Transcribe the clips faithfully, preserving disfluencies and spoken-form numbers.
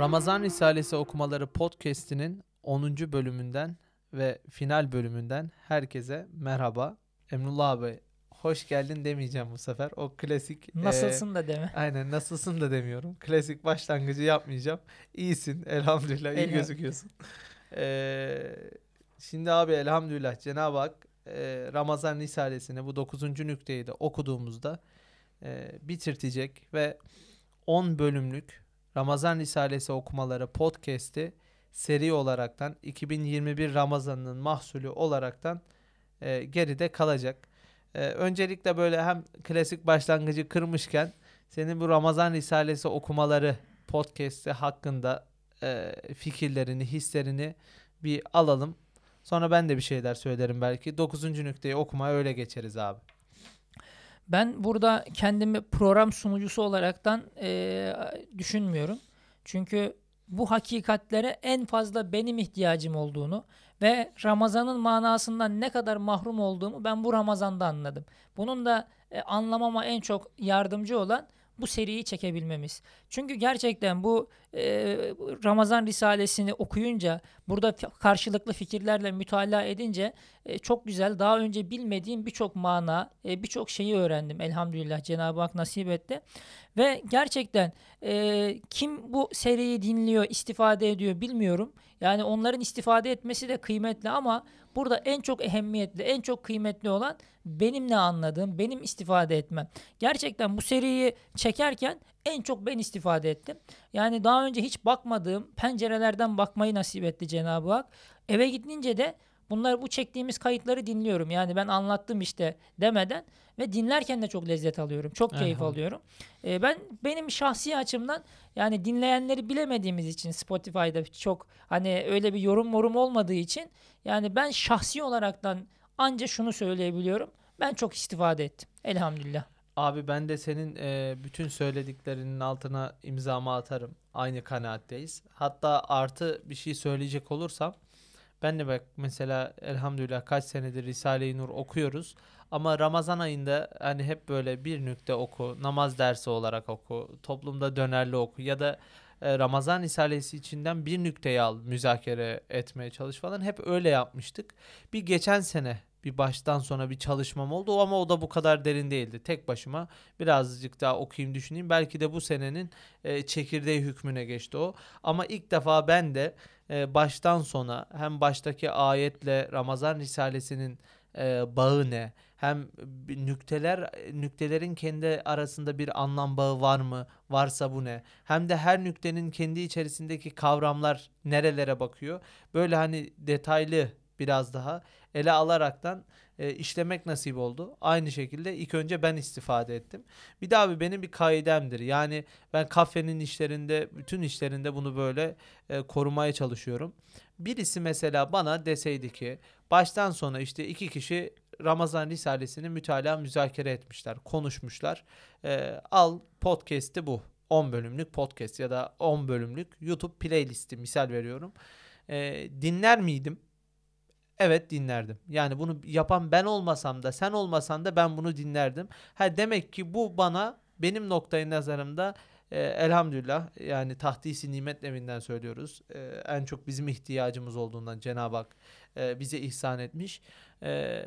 Ramazan Risalesi Okumaları Podcast'inin onuncu bölümünden ve final bölümünden herkese merhaba. Emrullah abi hoş geldin demeyeceğim bu sefer. O klasik e, Nasılsın da deme. aynen nasılsın da demiyorum. Klasik başlangıcı yapmayacağım. İyisin elhamdülillah, iyi Elhamdülillah. gözüküyorsun. E, Şimdi abi elhamdülillah Cenab-ı Hak e, Ramazan Risalesini bu dokuzuncu nükteyi de okuduğumuzda e, bitirtecek ve on bölümlük Ramazan Risalesi Okumaları podcast'i seri olaraktan iki bin yirmi bir Ramazan'ın mahsulü olaraktan e, geride kalacak. E, öncelikle böyle hem klasik başlangıcı kırmışken senin bu Ramazan Risalesi Okumaları podcast'i hakkında e, fikirlerini, hislerini bir alalım. Sonra ben de bir şeyler söylerim belki. Dokuzuncu nükteyi okumaya öyle geçeriz abi. Ben burada kendimi program sunucusu olaraktan eee, düşünmüyorum. Çünkü bu hakikatlere en fazla benim ihtiyacım olduğunu ve Ramazan'ın manasından ne kadar mahrum olduğumu ben bu Ramazan'da anladım. Bunun da e, anlamama en çok yardımcı olan bu seriyi çekebilmemiz. Çünkü gerçekten bu e, Ramazan Risalesini okuyunca, burada f- karşılıklı fikirlerle mütalaa edince e, çok güzel, daha önce bilmediğim birçok mana, e, birçok şeyi öğrendim. Elhamdülillah Cenab-ı Hak nasip etti. Ve gerçekten e, kim bu seriyi dinliyor, istifade ediyor bilmiyorum. Yani onların istifade etmesi de kıymetli ama burada en çok ehemmiyetli, en çok kıymetli olan benim ne anladığım, benim istifade etmem. Gerçekten bu seriyi çekerken en çok ben istifade ettim. Yani daha önce hiç bakmadığım pencerelerden bakmayı nasip etti Cenab-ı Hak. Eve gidince de bunlar bu çektiğimiz kayıtları dinliyorum. Yani ben anlattım işte demeden ve dinlerken de çok lezzet alıyorum. Çok keyif Elhamdülillah. alıyorum. Ee, ben benim şahsi açımdan yani dinleyenleri bilemediğimiz için Spotify'da çok hani öyle bir yorum morum olmadığı için yani ben şahsi olaraktan anca şunu söyleyebiliyorum. Ben çok istifade ettim. Elhamdülillah. Abi ben de senin e, bütün söylediklerinin altına imzamı atarım. Aynı kanaatteyiz. Hatta artı bir şey söyleyecek olursam ben de bak mesela elhamdülillah kaç senedir Risale-i Nur okuyoruz. Ama Ramazan ayında hani hep böyle bir nükte oku, namaz dersi olarak oku, toplumda dönerli oku ya da e, Ramazan Risalesi içinden bir nükteyi al, müzakere etmeye çalış falan. Hep öyle yapmıştık. Bir geçen sene bir baştan sona bir çalışmam oldu ama o da bu kadar derin değildi. Tek başıma birazcık daha okuyayım düşüneyim. Belki de bu senenin e, çekirdeği hükmüne geçti o. Ama ilk defa ben de e, baştan sona hem baştaki ayetle Ramazan Risalesi'nin e, bağı ne? Hem bir nükteler nüktelerin kendi arasında bir anlam bağı var mı? Varsa bu ne? Hem de her nüktenin kendi içerisindeki kavramlar nerelere bakıyor? Böyle hani detaylı biraz daha ele alaraktan e, işlemek nasip oldu. Aynı şekilde ilk önce ben istifade ettim. Bir de abi benim bir kaidemdir. Yani ben kafenin işlerinde, bütün işlerinde bunu böyle e, korumaya çalışıyorum. Birisi mesela bana deseydi ki baştan sona işte iki kişi Ramazan Risalesi'ni mütalaa müzakere etmişler, konuşmuşlar. E, al podcast'i bu. on bölümlük podcast ya da on bölümlük YouTube playlisti misal veriyorum. E, dinler miydim? Evet dinlerdim. Yani bunu yapan ben olmasam da sen olmasan da ben bunu dinlerdim. Ha demek ki bu bana benim noktayı nazarımda e, elhamdülillah yani tahtisi nimet evinden söylüyoruz. E, en çok bizim ihtiyacımız olduğundan Cenab-ı Hak e, bize ihsan etmiş. E,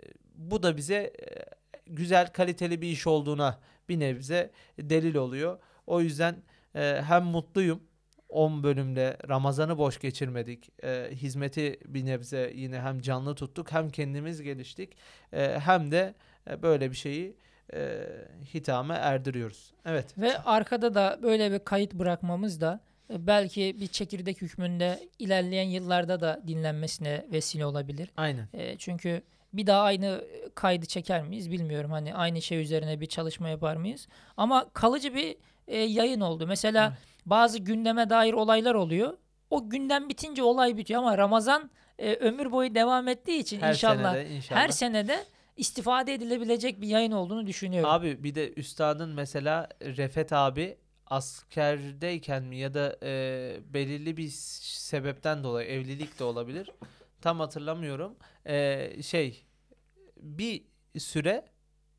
Bu da bize e, güzel kaliteli bir iş olduğuna bir nebze delil oluyor. O yüzden e, hem mutluyum on bölümde Ramazan'ı boş geçirmedik. Ee, hizmeti bir nebze yine hem canlı tuttuk hem kendimiz geliştik. Ee, hem de e, böyle bir şeyi e, hitame erdiriyoruz. Evet. Ve arkada da böyle bir kayıt bırakmamız da e, belki bir çekirdek hükmünde ilerleyen yıllarda da dinlenmesine vesile olabilir. Aynen. E, çünkü bir daha aynı kaydı çeker miyiz bilmiyorum. Hani aynı şey üzerine bir çalışma yapar mıyız? Ama kalıcı bir e, yayın oldu. Mesela Evet. bazı gündeme dair olaylar oluyor. O gündem bitince olay bitiyor ama Ramazan e, ömür boyu devam ettiği için Her inşallah senede her inşallah. senede istifade edilebilecek bir yayın olduğunu düşünüyorum. Abi bir de üstadın mesela Refet abi askerdeyken mi ya da e, belirli bir s- sebepten dolayı evlilik de olabilir. Tam hatırlamıyorum. E, şey bir süre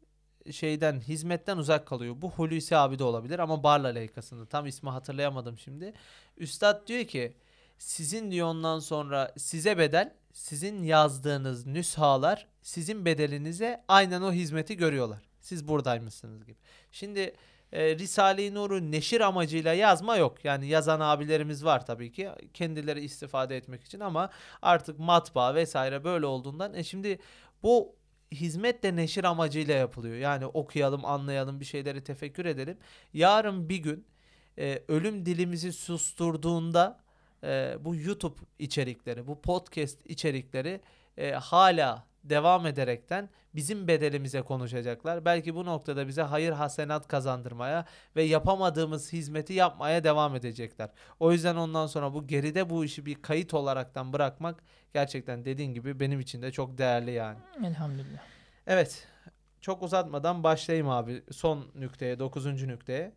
şeyden, hizmetten uzak kalıyor. Bu Hulusi abi de olabilir ama Barla Leykası'nda. Tam ismi hatırlayamadım şimdi. Üstad diyor ki sizin diyor ondan sonra size bedel, sizin yazdığınız nüshalar sizin bedelinize aynen o hizmeti görüyorlar. Siz buradaymışsınız gibi. Şimdi e, Risale-i Nur'u neşir amacıyla yazma yok. Yani yazan abilerimiz var tabii ki. Kendileri istifade etmek için ama artık matbaa vesaire böyle olduğundan e şimdi bu hizmet de neşir amacıyla yapılıyor. Yani okuyalım, anlayalım, bir şeyleri tefekkür edelim. Yarın bir gün e, ölüm dilimizi susturduğunda e, bu YouTube içerikleri, bu podcast içerikleri e, hala devam ederekten bizim bedelimize konuşacaklar. Belki bu noktada bize hayır hasenat kazandırmaya ve yapamadığımız hizmeti yapmaya devam edecekler. O yüzden ondan sonra bu geride bu işi bir kayıt olaraktan bırakmak gerçekten dediğin gibi benim için de çok değerli yani. Elhamdülillah. Evet, çok uzatmadan başlayayım abi son nükteye, dokuzuncu nükteye.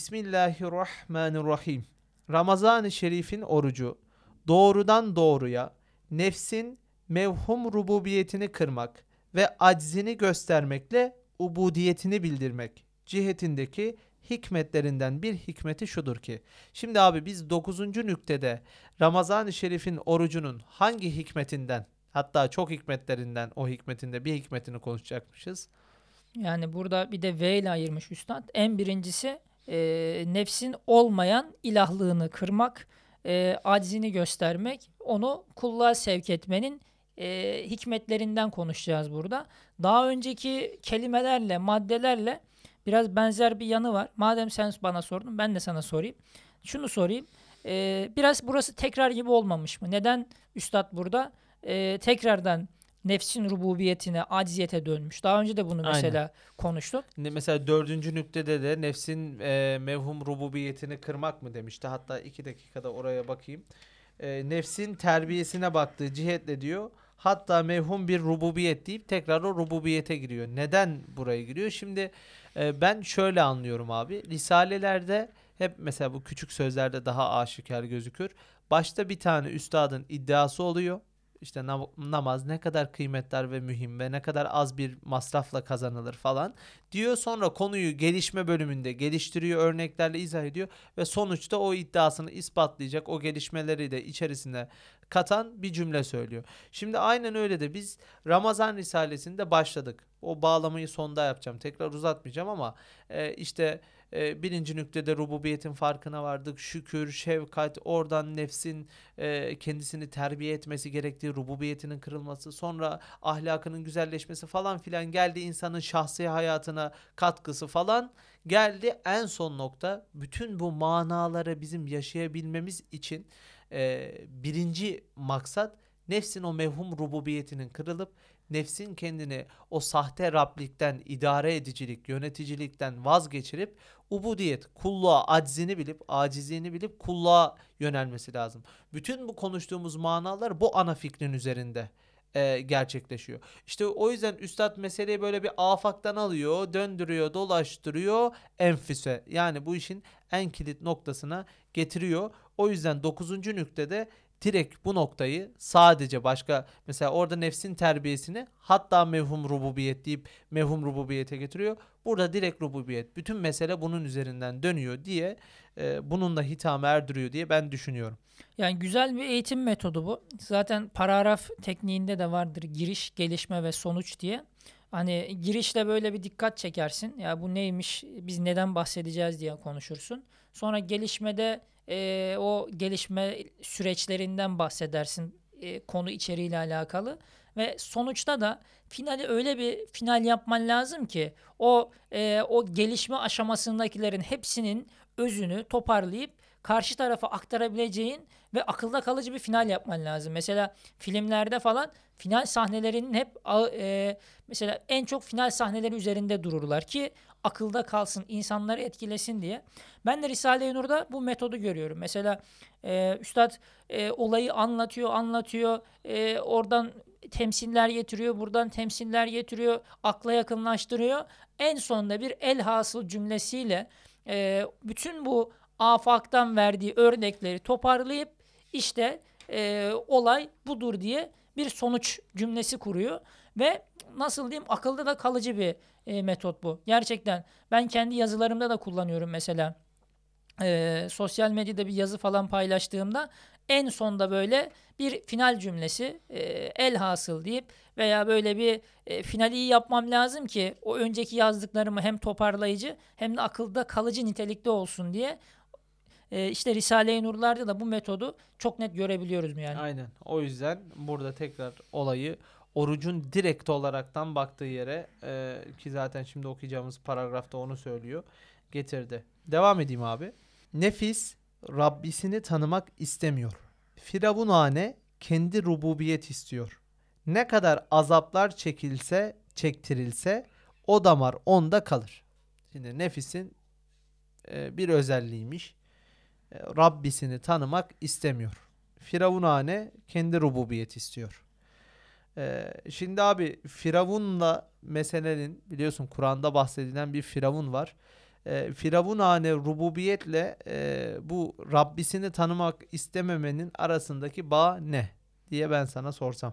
Bismillahirrahmanirrahim. Ramazan-ı Şerif'in orucu doğrudan doğruya nefsin mevhum rububiyetini kırmak ve aczini göstermekle ubudiyetini bildirmek cihetindeki hikmetlerinden bir hikmeti şudur ki. Şimdi abi biz dokuzuncu nüktede Ramazan-ı Şerif'in orucunun hangi hikmetinden, hatta çok hikmetlerinden o hikmetinde bir hikmetini konuşacakmışız. Yani burada bir de V ile ayırmış üstad. En birincisi e, nefsin olmayan ilahlığını kırmak, e, aczini göstermek, onu kulluğa sevk etmenin e, hikmetlerinden konuşacağız burada. Daha önceki kelimelerle, maddelerle biraz benzer bir yanı var. Madem sen bana sordun, ben de sana sorayım. Şunu sorayım. E, biraz burası tekrar gibi olmamış mı? Neden üstad burada e, tekrardan nefsin rububiyetine, acziyete dönmüş? Daha önce de bunu mesela Aynen. konuştuk. Ne- Mesela dördüncü nüktede de nefsin e, mevhum rububiyetini kırmak mı demişti. Hatta iki dakikada oraya bakayım. E, nefsin terbiyesine baktığı cihetle diyor. Hatta mevhum bir rububiyet deyip tekrar o rububiyete giriyor. Neden buraya giriyor? Şimdi e, ben şöyle anlıyorum abi. Risalelerde hep mesela bu küçük sözlerde daha aşikar gözükür. Başta bir tane üstadın iddiası oluyor. İşte nam- namaz ne kadar kıymetli ve mühim ve ne kadar az bir masrafla kazanılır falan diyor. Sonra konuyu gelişme bölümünde geliştiriyor, örneklerle izah ediyor ve sonuçta o iddiasını ispatlayacak, o gelişmeleri de içerisine katan bir cümle söylüyor. Şimdi aynen öyle de biz Ramazan Risalesi'nde başladık. O bağlamayı sonda yapacağım. Tekrar uzatmayacağım ama e, işte e, birinci nüktede rububiyetin farkına vardık. Şükür, şefkat, oradan nefsin e, kendisini terbiye etmesi gerektiği, rububiyetinin kırılması, sonra ahlakının güzelleşmesi falan filan geldi, insanın şahsi hayatına katkısı falan geldi. En son nokta bütün bu manaları bizim yaşayabilmemiz için e, birinci maksat nefsin o mevhum rububiyetinin kırılıp nefsin kendini o sahte Rablikten, idare edicilik, yöneticilikten vazgeçirip ubudiyet, kulluğa, aczini bilip, acizliğini bilip kulluğa yönelmesi lazım. Bütün bu konuştuğumuz manalar bu ana fikrin üzerinde e, gerçekleşiyor. İşte o yüzden üstad meseleyi böyle bir afaktan alıyor, döndürüyor, dolaştırıyor, enfüse. Yani bu işin en kilit noktasına getiriyor. O yüzden dokuzuncu nüktede direkt bu noktayı sadece başka mesela orada nefsin terbiyesini hatta mevhum rububiyet deyip mevhum rububiyete getiriyor. Burada direkt rububiyet. Bütün mesele bunun üzerinden dönüyor diye e, bununla hitame erdiriyor diye ben düşünüyorum. Yani güzel bir eğitim metodu bu. Zaten paragraf tekniğinde de vardır giriş, gelişme ve sonuç diye. Hani girişle böyle bir dikkat çekersin. Ya bu neymiş, biz neden bahsedeceğiz diye konuşursun. Sonra gelişmede e, o gelişme süreçlerinden bahsedersin e, konu içeriğiyle alakalı. Ve sonuçta da finali öyle bir final yapman lazım ki o e, o gelişme aşamasındakilerin hepsinin özünü toparlayıp karşı tarafa aktarabileceğin ve akılda kalıcı bir final yapman lazım. Mesela filmlerde falan final sahnelerinin hep e, mesela en çok final sahneleri üzerinde dururlar ki akılda kalsın, insanları etkilesin diye. Ben de Risale-i Nur'da bu metodu görüyorum. Mesela e, üstad e, olayı anlatıyor, anlatıyor. E, oradan temsiller getiriyor, buradan temsiller getiriyor, akla yakınlaştırıyor. En sonunda bir elhasıl cümlesiyle e, bütün bu afaktan verdiği örnekleri toparlayıp işte e, olay budur diye bir sonuç cümlesi kuruyor ve nasıl diyeyim, akılda da kalıcı bir e, metot bu. Gerçekten ben kendi yazılarımda da kullanıyorum mesela. E, sosyal medyada bir yazı falan paylaştığımda en sonda böyle bir final cümlesi, e, elhasıl deyip veya böyle bir e, finali iyi yapmam lazım ki o önceki yazdıklarımı hem toparlayıcı hem de akılda kalıcı nitelikte olsun diye. E, işte Risale-i Nur'larda da bu metodu çok net görebiliyoruz mu yani? Aynen. O yüzden burada tekrar olayı orucun direkt olaraktan baktığı yere e, ki zaten şimdi okuyacağımız paragrafta onu söylüyor. Getirdi. Devam edeyim abi. Nefis Rabbisini tanımak istemiyor. Firavunane kendi rububiyet istiyor. Ne kadar azaplar çekilse, çektirilse o damar onda kalır. Şimdi nefisin e, bir özelliğiymiş. E, Rabbisini tanımak istemiyor. Firavunane kendi rububiyet istiyor. E, şimdi abi Firavunla meselenin biliyorsun Kur'an'da bahsedilen bir Firavun var. E, Firavunane rububiyetle e, bu Rabbisini tanımak istememenin arasındaki bağ ne diye ben sana sorsam.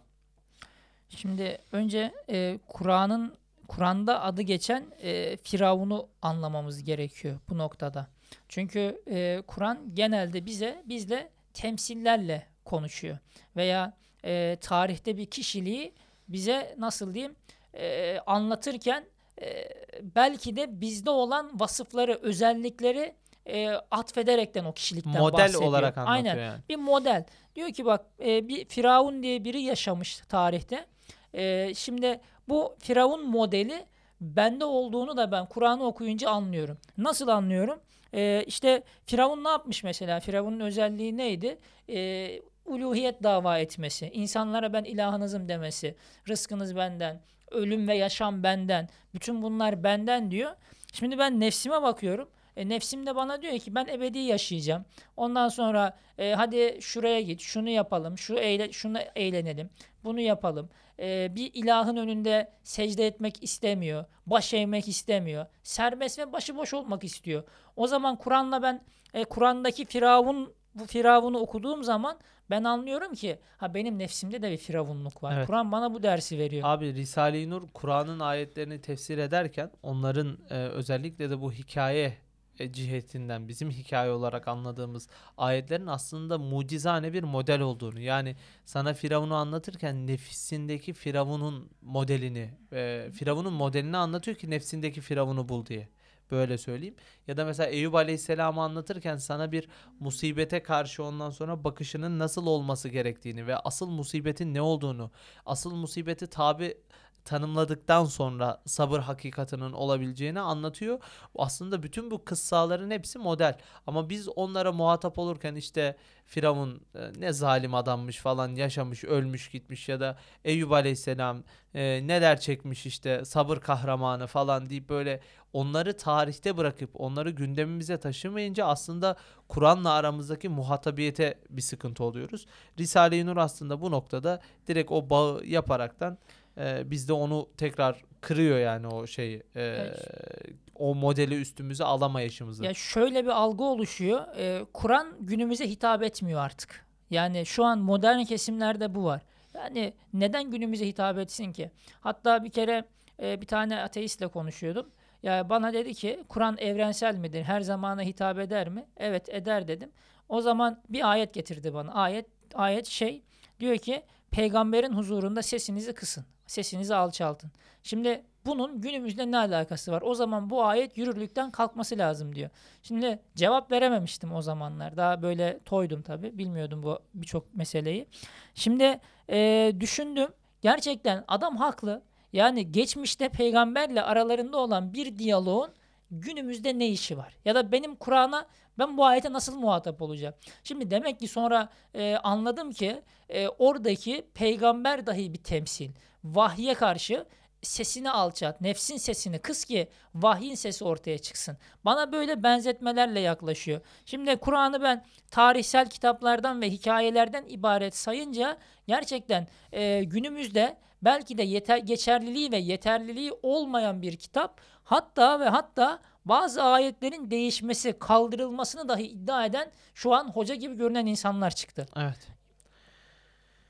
Şimdi önce e, Kur'an'ın Kur'an'da adı geçen e, Firavun'u anlamamız gerekiyor bu noktada. Çünkü e, Kur'an genelde bize bizle temsillerle konuşuyor veya e, tarihte bir kişiliği bize nasıl diyeyim e, anlatırken e, belki de bizde olan vasıfları, özellikleri e, atfederekten o kişilikten Model bahsediyor. olarak anlatıyor Aynen, yani. bir model. Diyor ki bak, e, bir Firavun diye biri yaşamış tarihte. E, şimdi bu Firavun modeli bende olduğunu da ben Kur'an'ı okuyunca anlıyorum. Nasıl anlıyorum? E, işte Firavun ne yapmış mesela? Firavun'un özelliği neydi? E, uluhiyet dava etmesi, insanlara ben ilahınızım demesi, rızkınız benden, ölüm ve yaşam benden, bütün bunlar benden diyor. Şimdi ben nefsime bakıyorum. E, nefsim de bana diyor ki ben ebedi yaşayacağım. Ondan sonra e, hadi şuraya git, şunu yapalım, şu eyle, şunu eğlenelim, bunu yapalım. E, bir ilahın önünde secde etmek istemiyor, baş eğmek istemiyor. Serbest ve başıboş olmak istiyor. O zaman Kur'an'la ben e, Kur'an'daki Firavun bu Firavun'u okuduğum zaman ben anlıyorum ki ha benim nefsimde de bir firavunluk var. Evet. Kur'an bana bu dersi veriyor. Abi Risale-i Nur Kur'an'ın ayetlerini tefsir ederken onların e, özellikle de bu hikaye e, cihetinden bizim hikaye olarak anladığımız ayetlerin aslında mucizane bir model olduğunu, yani sana Firavun'u anlatırken nefsindeki Firavun'un modelini e, Firavun'un modelini anlatıyor ki nefsindeki Firavun'u bul diye. Böyle söyleyeyim. Ya da mesela Eyüp Aleyhisselam'ı anlatırken sana bir musibete karşı ondan sonra bakışının nasıl olması gerektiğini ve asıl musibetin ne olduğunu, asıl musibeti tabi tanımladıktan sonra sabır hakikatinin olabileceğini anlatıyor. Aslında bütün bu kıssaların hepsi model. Ama biz onlara muhatap olurken işte Firavun e, ne zalim adammış falan, yaşamış, ölmüş, gitmiş, ya da Eyüp Aleyhisselam e, neler çekmiş, işte sabır kahramanı falan deyip böyle onları tarihte bırakıp onları gündemimize taşımayınca aslında Kur'an'la aramızdaki muhatabiyete bir sıkıntı oluyoruz. Risale-i Nur aslında bu noktada direkt o bağı yaparaktan e, bizde onu tekrar kırıyor, yani o şeyi e, Evet. o modeli üstümüze alamayışımızı. Ya şöyle bir algı oluşuyor. Ee, Kur'an günümüze hitap etmiyor artık. Yani şu an modern kesimlerde bu var. Yani neden günümüze hitap etsin ki? Hatta bir kere e, bir tane ateistle konuşuyordum. Ya bana dedi ki Kur'an evrensel midir? Her zamana hitap eder mi? Evet, eder dedim. O zaman bir ayet getirdi bana. Ayet ayet şey diyor ki peygamberin huzurunda sesinizi kısın. Sesinizi alçaltın. Şimdi bunun günümüzde ne alakası var? O zaman bu ayet yürürlükten kalkması lazım diyor. Şimdi cevap verememiştim o zamanlar. Daha böyle toydum tabii. Bilmiyordum bu birçok meseleyi. Şimdi e, düşündüm. Gerçekten adam haklı. Yani geçmişte peygamberle aralarında olan bir diyaloğun günümüzde ne işi var? Ya da benim Kur'an'a ben bu ayete nasıl muhatap olacağım? Şimdi demek ki sonra e, anladım ki e, oradaki peygamber dahi bir temsil. Vahye karşı sesini alçalt, nefsin sesini kıs ki vahyin sesi ortaya çıksın. Bana böyle benzetmelerle yaklaşıyor. Şimdi Kur'an'ı ben tarihsel kitaplardan ve hikayelerden ibaret sayınca gerçekten e, günümüzde belki de yeter, geçerliliği ve yeterliliği olmayan bir kitap, hatta ve hatta bazı ayetlerin değişmesi, kaldırılmasını dahi iddia eden şu an hoca gibi görünen insanlar çıktı. Evet.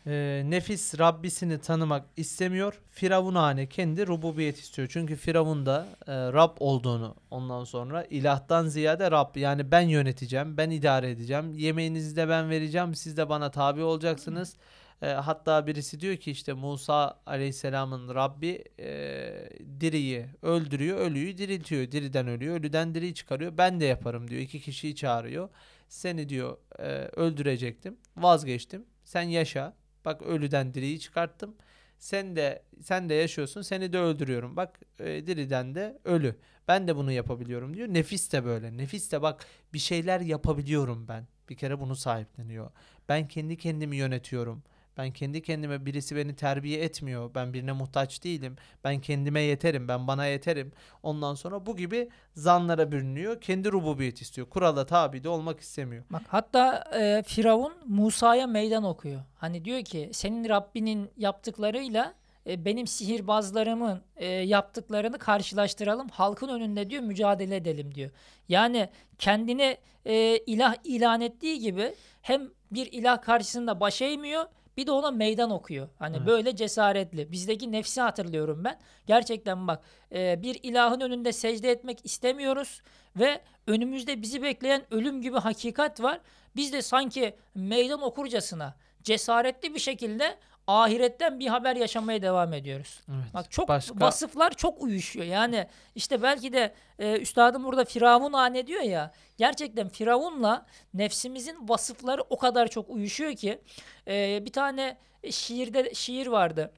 Ee, nefis Rabbisini tanımak istemiyor. Firavunane kendi rububiyet istiyor. Çünkü Firavun da e, Rab olduğunu, ondan sonra ilahtan ziyade Rab, yani ben yöneteceğim, ben idare edeceğim. Yemeğinizi de ben vereceğim, siz de bana tabi olacaksınız. E, hatta birisi diyor ki işte Musa Aleyhisselam'ın Rabbi e, diriyi öldürüyor, ölüyü diriltiyor. Diriden ölüyor, ölüden diriyi çıkarıyor. Ben de yaparım diyor. İki kişiyi çağırıyor. Seni diyor e, öldürecektim, vazgeçtim. Sen yaşa. Bak ölüden diriyi çıkarttım. Sen de sen de yaşıyorsun. Seni de öldürüyorum. Bak e, diriden de ölü. Ben de bunu yapabiliyorum diyor. Nefis de böyle. Nefis de bak bir şeyler yapabiliyorum ben. Bir kere bunu sahipleniyor. Ben kendi kendimi yönetiyorum. Ben kendi kendime, birisi beni terbiye etmiyor. Ben birine muhtaç değilim. Ben kendime yeterim. Ben bana yeterim. Ondan sonra bu gibi zanlara bürünüyor. Kendi rububiyet istiyor. Kurala tabi de olmak istemiyor. Bak hatta e, Firavun Musa'ya meydan okuyor. Hani diyor ki senin Rabbinin yaptıklarıyla e, benim sihirbazlarımın e, yaptıklarını karşılaştıralım. Halkın önünde diyor mücadele edelim diyor. Yani kendini e, ilah ilan ettiği gibi hem bir ilah karşısında baş eğmiyor, bir de ona meydan okuyor. Hani Evet. böyle cesaretli. Bizdeki nefsi hatırlıyorum ben. Gerçekten bak e, bir ilahın önünde secde etmek istemiyoruz ve önümüzde bizi bekleyen ölüm gibi hakikat var. Biz de sanki meydan okurcasına cesaretli bir şekilde ahiretten bir haber yaşamaya devam ediyoruz. Evet. Bak çok Başka vasıflar çok uyuşuyor. Yani işte belki de e, üstadım burada Firavun hane diyor ya. Gerçekten Firavun'la nefsimizin vasıfları o kadar çok uyuşuyor ki e, bir tane şiirde şiir vardı.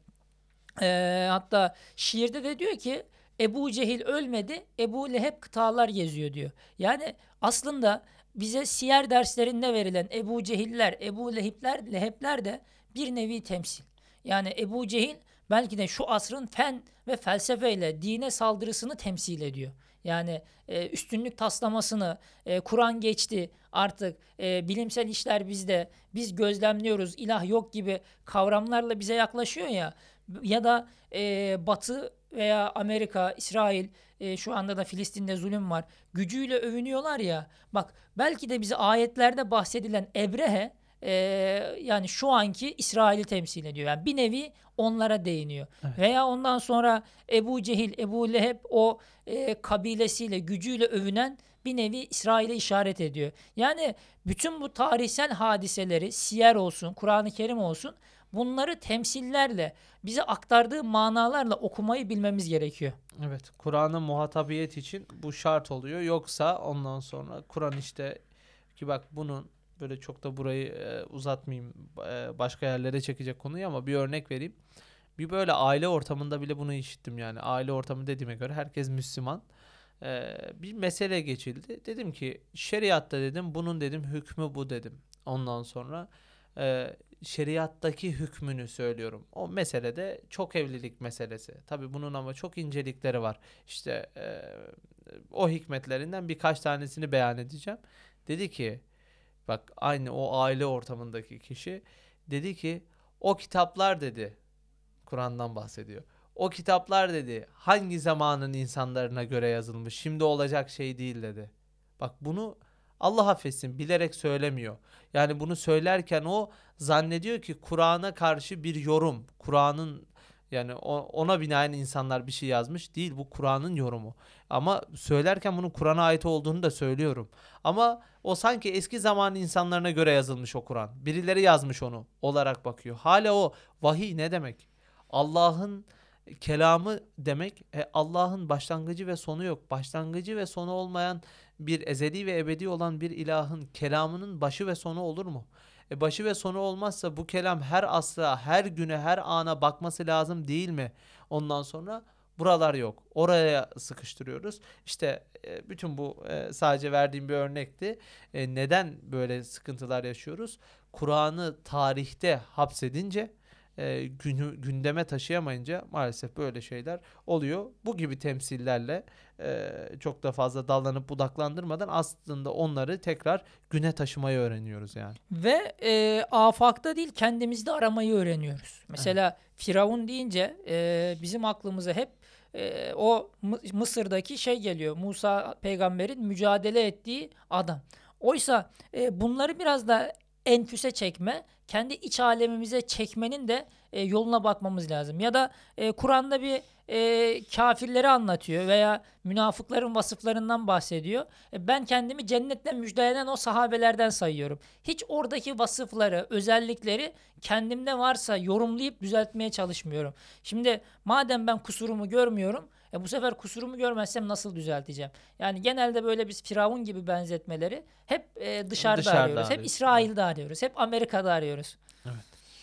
Ee, hatta şiirde de diyor ki Ebu Cehil ölmedi, Ebu Leheb kıtalar geziyor diyor. Yani aslında bize siyer derslerinde verilen Ebu Cehiller, Ebu Lehebler, Lehebler de bir nevi temsil. Yani Ebu Cehil belki de şu asrın fen ve felsefeyle dine saldırısını temsil ediyor. Yani e, üstünlük taslamasını, e, Kur'an geçti artık, e, bilimsel işler bizde, biz gözlemliyoruz, ilah yok gibi kavramlarla bize yaklaşıyor ya. Ya da e, Batı veya Amerika, İsrail, e, şu anda da Filistin'de zulüm var. Gücüyle övünüyorlar ya. Bak belki de bize ayetlerde bahsedilen Ebrehe e, yani şu anki İsrail'i temsil ediyor. Yani bir nevi onlara değiniyor. evet. Veya ondan sonra Ebu Cehil, Ebu Leheb o e, kabilesiyle, gücüyle övünen bir nevi İsrail'e işaret ediyor. Yani bütün bu tarihsel hadiseleri, siyer olsun, Kur'an-ı Kerim olsun, bunları temsillerle, bize aktardığı manalarla okumayı bilmemiz gerekiyor. Evet, Kur'an'ın muhatabiyet için bu şart oluyor. Yoksa ondan sonra Kur'an işte ki bak bunun böyle çok da burayı e, uzatmayayım, e, başka yerlere çekecek konuyu, ama bir örnek vereyim. Bir böyle aile ortamında bile bunu işittim yani. Aile ortamı dediğime göre herkes Müslüman. E, bir mesele geçildi. Dedim ki şeriatta dedim bunun dedim hükmü bu dedim. Ondan sonra e, şeriattaki hükmünü söylüyorum. O meselede çok evlilik meselesi. Tabii bunun ama çok incelikleri var. İşte e, o hikmetlerinden birkaç tanesini beyan edeceğim. Dedi ki bak aynı o aile ortamındaki kişi dedi ki o kitaplar dedi, Kur'an'dan bahsediyor. O kitaplar dedi hangi zamanın insanlarına göre yazılmış, şimdi olacak şey değil dedi. Bak bunu Allah affetsin bilerek söylemiyor. Yani bunu söylerken o zannediyor ki Kur'an'a karşı bir yorum. Kur'an'ın yani o- ona binaen insanlar bir şey yazmış değil, bu Kur'an'ın yorumu. Ama söylerken bunun Kur'an'a ait olduğunu da söylüyorum. Ama o sanki eski zaman insanlarına göre yazılmış o Kur'an. Birileri yazmış onu olarak bakıyor. Hala o vahiy ne demek? Allah'ın kelamı demek. E, Allah'ın başlangıcı ve sonu yok. Başlangıcı ve sonu olmayan bir ezeli ve ebedi olan bir ilahın kelamının başı ve sonu olur mu? E başı ve sonu olmazsa bu kelam her asra, her güne, her ana bakması lazım değil mi? Ondan sonra buralar yok. Oraya sıkıştırıyoruz. İşte e, bütün bu e, sadece verdiğim bir örnekti. E, neden böyle sıkıntılar yaşıyoruz? Kur'an'ı tarihte hapsedince, e, günü, gündeme taşıyamayınca maalesef böyle şeyler oluyor. Bu gibi temsillerle e, çok da fazla dallanıp budaklandırmadan aslında onları tekrar güne taşımayı öğreniyoruz yani. Ve e, afakta değil kendimizde aramayı öğreniyoruz. Mesela Firavun deyince e, bizim aklımıza hep e, o Mı- Mısır'daki şey geliyor. Musa peygamberin mücadele ettiği adam. Oysa e, bunları biraz da enfüse çekme, kendi iç alemimize çekmenin de e, yoluna bakmamız lazım. Ya da e, Kur'an'da bir e, kafirleri anlatıyor veya münafıkların vasıflarından bahsediyor. E, ben kendimi cennetle müjdelenen o sahabelerden sayıyorum. Hiç oradaki vasıfları, özellikleri kendimde varsa yorumlayıp düzeltmeye çalışmıyorum. Şimdi madem ben kusurumu görmüyorum, e bu sefer kusurumu görmezsem nasıl düzelteceğim? Yani genelde böyle biz Firavun gibi benzetmeleri hep e, dışarıda, Dışarıda arıyoruz. Hep arıyoruz. İsrail'de arıyoruz. Hep Amerika'da arıyoruz. Evet.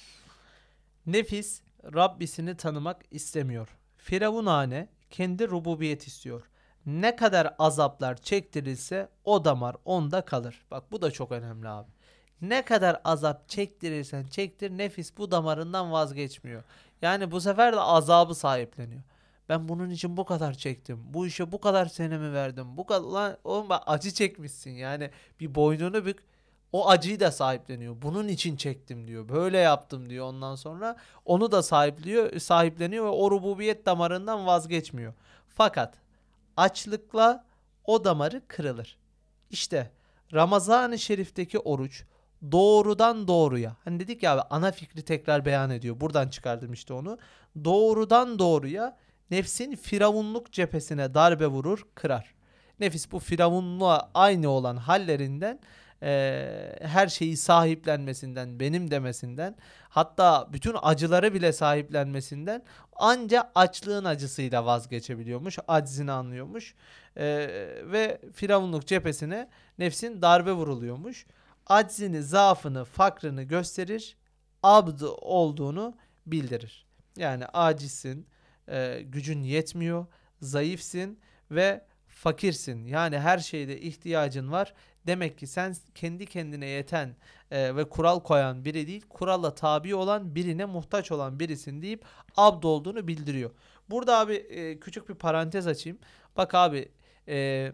Nefis Rabbisini tanımak istemiyor. Firavunane kendi rububiyet istiyor. Ne kadar azaplar çektirilse o damar onda kalır. Bak bu da çok önemli abi. Ne kadar azap çektirirsen çektir nefis bu damarından vazgeçmiyor. Yani bu sefer de azabı sahipleniyor. Ben bunun için bu kadar çektim. Bu işe bu kadar senemi verdim. Bu kadar lan oğlum bak acı çekmişsin. Yani bir boynunu bük. O acıyı da sahipleniyor. Bunun için çektim diyor. Böyle yaptım diyor ondan sonra. Onu da sahipliyor, sahipleniyor ve o rububiyet damarından vazgeçmiyor. Fakat açlıkla o damarı kırılır. İşte Ramazan-ı Şerif'teki oruç doğrudan doğruya. Hani dedik ya abi ana fikri tekrar beyan ediyor. Buradan çıkardım işte onu. Doğrudan doğruya nefsin firavunluk cephesine darbe vurur, kırar. Nefis bu firavunluğa aynı olan hallerinden e, her şeyi sahiplenmesinden, benim demesinden, hatta bütün acıları bile sahiplenmesinden anca açlığın acısıyla vazgeçebiliyormuş, aczini anlıyormuş. E, ve firavunluk cephesine nefsin darbe vuruluyormuş. Aczini, zaafını, fakrını gösterir, abd olduğunu bildirir. Yani acizsin, e, gücün yetmiyor, zayıfsın ve fakirsin. Yani her şeyde ihtiyacın var. Demek ki sen kendi kendine yeten e, ve kural koyan biri değil, kuralla tabi olan birine muhtaç olan birisin deyip abd olduğunu bildiriyor. Burada abi e, küçük bir parantez açayım. Bak abi e,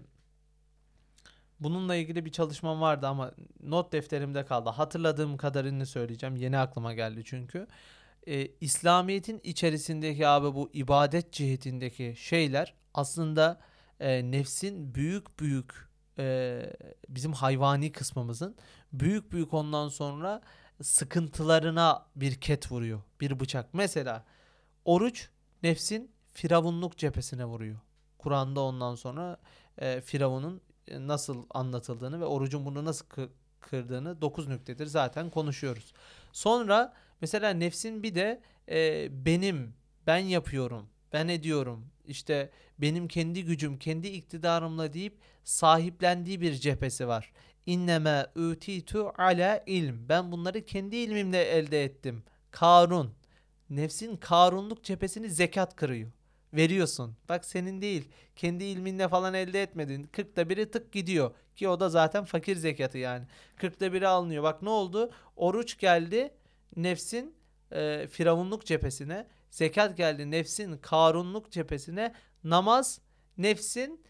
bununla ilgili bir çalışmam vardı ama not defterimde kaldı. Hatırladığım kadarını söyleyeceğim. Yeni aklıma geldi çünkü. E, İslamiyet'in içerisindeki abi bu ibadet cihetindeki şeyler aslında e, nefsin büyük büyük e, bizim hayvani kısmımızın büyük büyük ondan sonra sıkıntılarına bir ket vuruyor. Bir bıçak. Mesela oruç nefsin firavunluk cephesine vuruyor. Kur'an'da ondan sonra e, Firavun'un e, nasıl anlatıldığını ve orucun bunu nasıl kı- kırdığını dokuz nüktedir zaten konuşuyoruz. Sonra mesela nefsin bir de e, benim, ben yapıyorum, ben ediyorum, işte benim kendi gücüm, kendi iktidarımla deyip sahiplendiği bir cephesi var. İnneme utitu ala ilm. Ben bunları kendi ilmimle elde ettim. Karun. Nefsin karunluk cephesini zekat kırıyor. Veriyorsun. Bak senin değil. Kendi ilminle falan elde etmedin. kırkta biri tık gidiyor. Ki o da zaten fakir zekatı yani. kırkta biri alınıyor. Bak ne oldu? Oruç geldi nefsin e, firavunluk cephesine. Zekat geldi nefsin karunluk cephesine. Namaz nefsin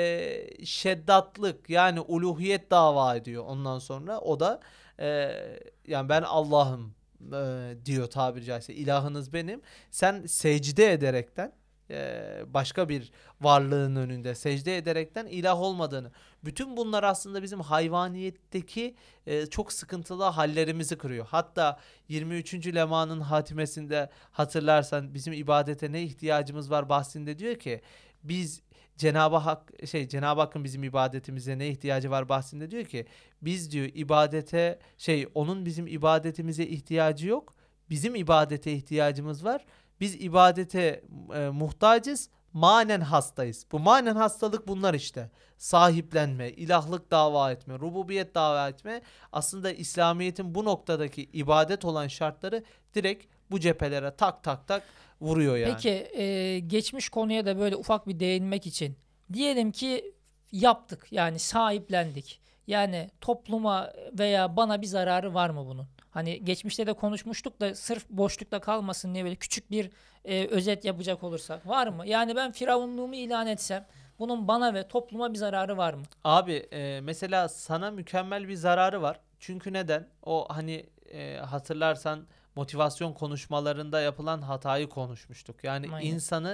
e, şeddatlık yani uluhiyet dava ediyor ondan sonra. O da e, yani ben Allah'ım e, diyor tabiri caizse. İlahınız benim. Sen secde ederekten e, başka bir varlığın önünde secde ederekten ilah olmadığını. Bütün bunlar aslında bizim hayvaniyetteki e, çok sıkıntılı hallerimizi kırıyor. Hatta yirmi üçüncü lemanın hatimesinde hatırlarsan bizim ibadete ne ihtiyacımız var bahsinde diyor ki biz Cenab-ı Hak şey Cenab-ı Hakk'ın bizim ibadetimize ne ihtiyacı var bahsinde diyor ki biz diyor ibadete şey onun bizim ibadetimize ihtiyacı yok. Bizim ibadete ihtiyacımız var. Biz ibadete e, muhtacız. Manen hastayız. Bu manen hastalık bunlar işte. Sahiplenme, ilahlık dava etme, rububiyet dava etme. Aslında İslamiyet'in bu noktadaki ibadet olan şartları direkt bu cephelere tak tak tak vuruyor yani. Peki e, geçmiş konuya da böyle ufak bir değinmek için diyelim ki yaptık yani sahiplendik. Yani topluma veya bana bir zararı var mı bunun? Hani geçmişte de konuşmuştuk da sırf boşlukta kalmasın diye böyle küçük bir e, özet yapacak olursak var mı? Yani ben firavunluğumu ilan etsem bunun bana ve topluma bir zararı var mı? Abi e, mesela sana mükemmel bir zararı var. Çünkü neden? O hani e, hatırlarsan motivasyon konuşmalarında yapılan hatayı konuşmuştuk. Yani Aynen. insanı